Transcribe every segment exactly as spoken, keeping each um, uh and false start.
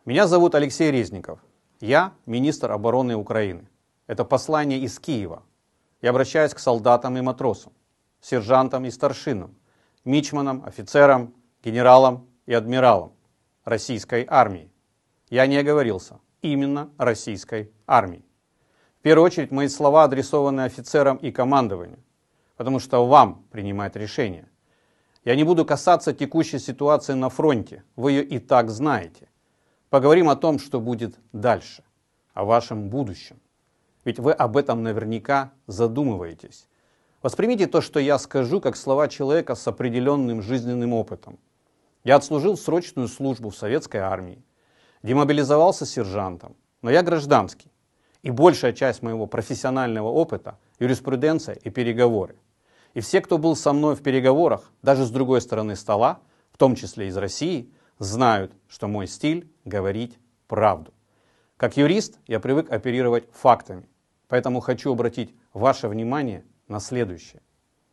Меня зовут Алексей Резников. Я министр обороны Украины. Это послание из Киева. Я обращаюсь к солдатам и матросам, сержантам и старшинам, мичманам, офицерам, генералам и адмиралам российской армии. Я не оговорился. Именно российской армии. В первую очередь мои слова адресованы офицерам и командованию, потому что вам принимать решения. Я не буду касаться текущей ситуации на фронте, вы ее и так знаете. Поговорим о том, что будет дальше, о вашем будущем. Ведь вы об этом наверняка задумываетесь. Воспримите то, что я скажу, как слова человека с определенным жизненным опытом. Я отслужил срочную службу в советской армии, демобилизовался сержантом, но я гражданский. И большая часть моего профессионального опыта – юриспруденция и переговоры. И все, кто был со мной в переговорах, даже с другой стороны стола, в том числе из России, знают, что мой стиль – говорить правду. Как юрист я привык оперировать фактами, поэтому хочу обратить ваше внимание на следующее.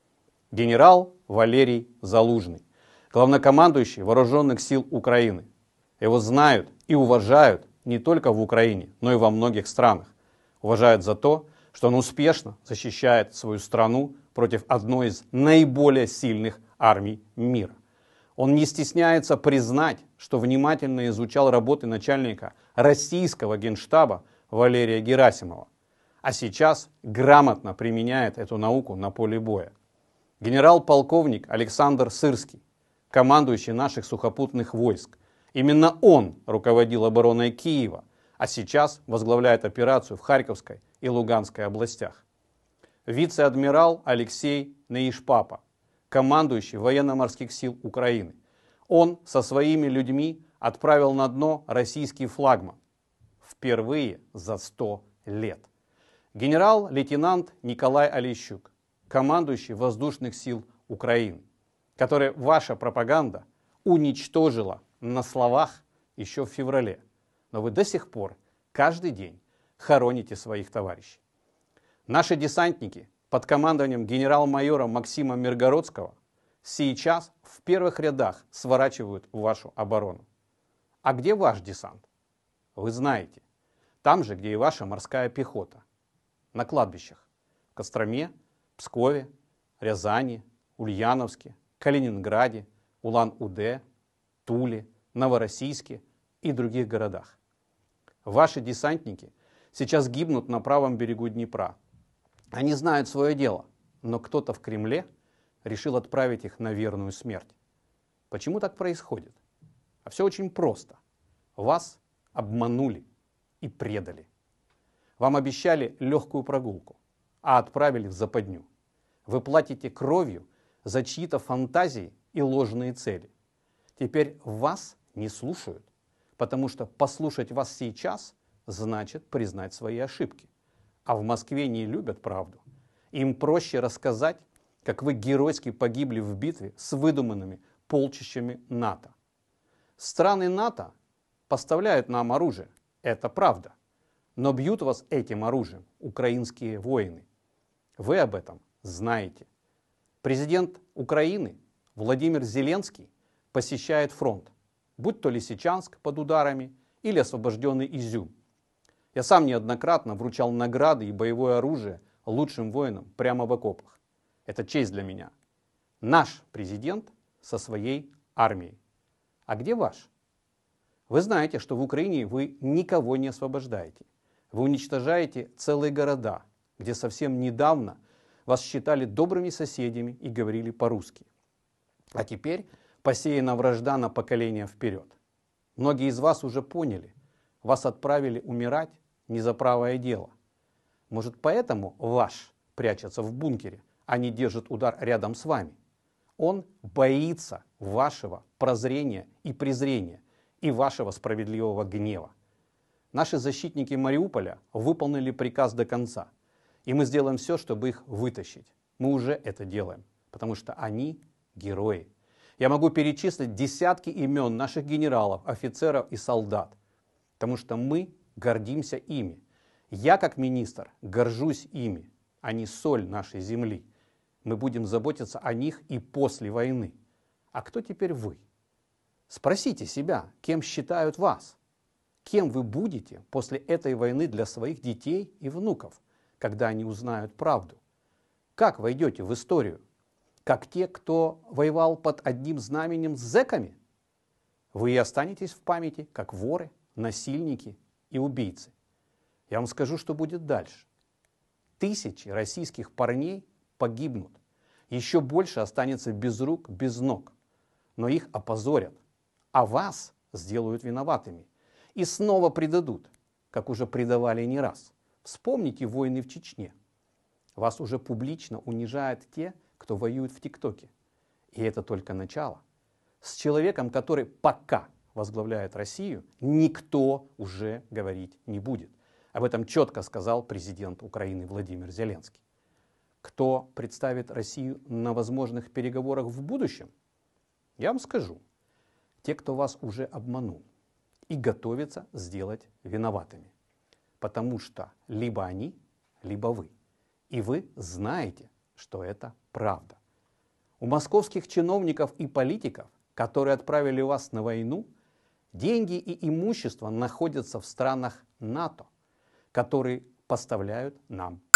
Генерал Валерий Залужный, главнокомандующий Вооруженных сил Украины. Его знают и уважают не только в Украине, но и во многих странах. Уважают за то, что он успешно защищает свою страну против одной из наиболее сильных армий мира. Он не стесняется признать, что внимательно изучал работы начальника российского генштаба Валерия Герасимова, а сейчас грамотно применяет эту науку на поле боя. Генерал-полковник Александр Сырский, командующий наших сухопутных войск. Именно он руководил обороной Киева, а сейчас возглавляет операцию в Харьковской и Луганской областях. Вице-адмирал Алексей Неишпапа, командующий военно-морских сил Украины. Он со своими людьми отправил на дно российский флагман. Впервые за сто лет. Генерал-лейтенант Николай Олещук, командующий воздушных сил Украины, который ваша пропаганда уничтожила на словах еще в феврале. Но вы до сих пор каждый день хороните своих товарищей. Наши десантники под командованием генерал-майора Максима Миргородского сейчас в первых рядах сворачивают вашу оборону. А где ваш десант? Вы знаете. Там же, где и ваша морская пехота. На кладбищах. В Костроме, Пскове, Рязани, Ульяновске, Калининграде, Улан-Удэ, Туле, Новороссийске и других городах. Ваши десантники сейчас гибнут на правом берегу Днепра. Они знают свое дело, но кто-то в Кремле решил отправить их на верную смерть. Почему так происходит? А все очень просто. Вас обманули и предали. Вам обещали легкую прогулку, а отправили в западню. Вы платите кровью за чьи-то фантазии и ложные цели. Теперь вас не слушают, потому что послушать вас сейчас значит признать свои ошибки. А в Москве не любят правду. Им проще рассказать, как вы геройски погибли в битве с выдуманными полчищами НАТО. Страны НАТО поставляют нам оружие, это правда. Но бьют вас этим оружием украинские воины. Вы об этом знаете. Президент Украины Владимир Зеленский посещает фронт, будь то Лисичанск под ударами или освобожденный Изюм. Я сам неоднократно вручал награды и боевое оружие лучшим воинам прямо в окопах. Это честь для меня. Наш президент со своей армией. А где ваш? Вы знаете, что в Украине вы никого не освобождаете. Вы уничтожаете целые города, где совсем недавно вас считали добрыми соседями и говорили по-русски. А теперь посеяна вражда на поколение вперед. Многие из вас уже поняли, вас отправили умирать не за правое дело. Может, поэтому ваш прячется в бункере, а не держит удар рядом с вами? Он боится вашего прозрения и презрения и вашего справедливого гнева. Наши защитники Мариуполя выполнили приказ до конца. И мы сделаем все, чтобы их вытащить. Мы уже это делаем, потому что они герои. Я могу перечислить десятки имен наших генералов, офицеров и солдат, потому что мы гордимся ими. Я, как министр, горжусь ими. Они соль нашей земли. Мы будем заботиться о них и после войны. А кто теперь вы? Спросите себя, кем считают вас. Кем вы будете после этой войны для своих детей и внуков, когда они узнают правду? Как войдете в историю? Как те, кто воевал под одним знаменем с зэками? Вы и останетесь в памяти, как воры, насильники и убийцы. Я вам скажу, что будет дальше. Тысячи российских парней погибнут. Еще больше останется без рук, без ног. Но их опозорят, а вас сделают виноватыми. И снова предадут, как уже предавали не раз. Вспомните войны в Чечне. Вас уже публично унижают те, кто воюет в ТикТоке. И это только начало. С человеком, который пока возглавляет Россию, никто уже говорить не будет. Об этом четко сказал президент Украины Владимир Зеленский. Кто представит Россию на возможных переговорах в будущем? Я вам скажу. Те, кто вас уже обманул и готовится сделать виноватыми. Потому что либо они, либо вы. И вы знаете, что это правда. У московских чиновников и политиков, которые отправили вас на войну, деньги и имущество находятся в странах НАТО, которые поставляют нам